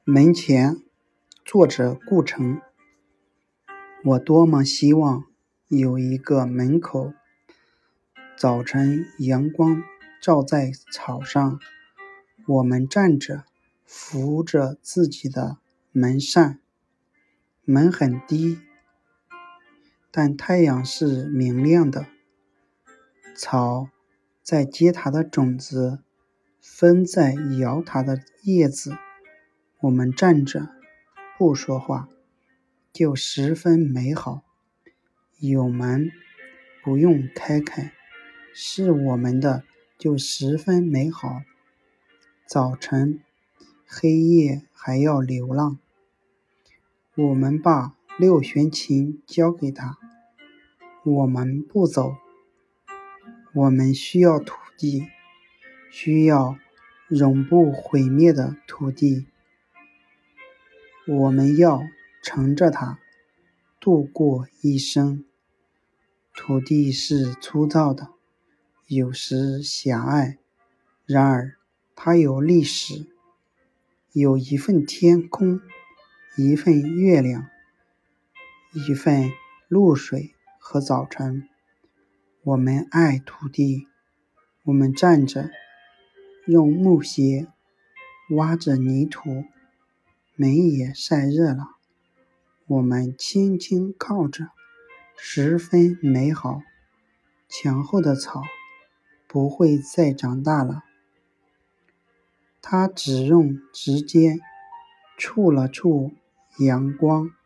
门前，作者顾城。我多么希望有一个门口，早晨阳光照在草上，我们站着扶着自己的门扇。门很低，但太阳是明亮的。草在结它的种子，风在摇它的叶子。我们站着不说话，就十分美好。有门不用开开，是我们的就十分美好。早晨黑夜还要流浪，我们把六弦琴交给他，我们不走。我们需要土地，需要永不毁灭的土地。我们要乘着它度过一生。土地是粗糙的，有时狭隘，然而它有历史，有一份天空，一份月亮，一份露水和早晨。我们爱土地，我们站着，用木鞋挖着泥土，门也晒热了。我们轻轻靠着，十分美好。墙后的草不会再长大了，它只用指尖触了触阳光。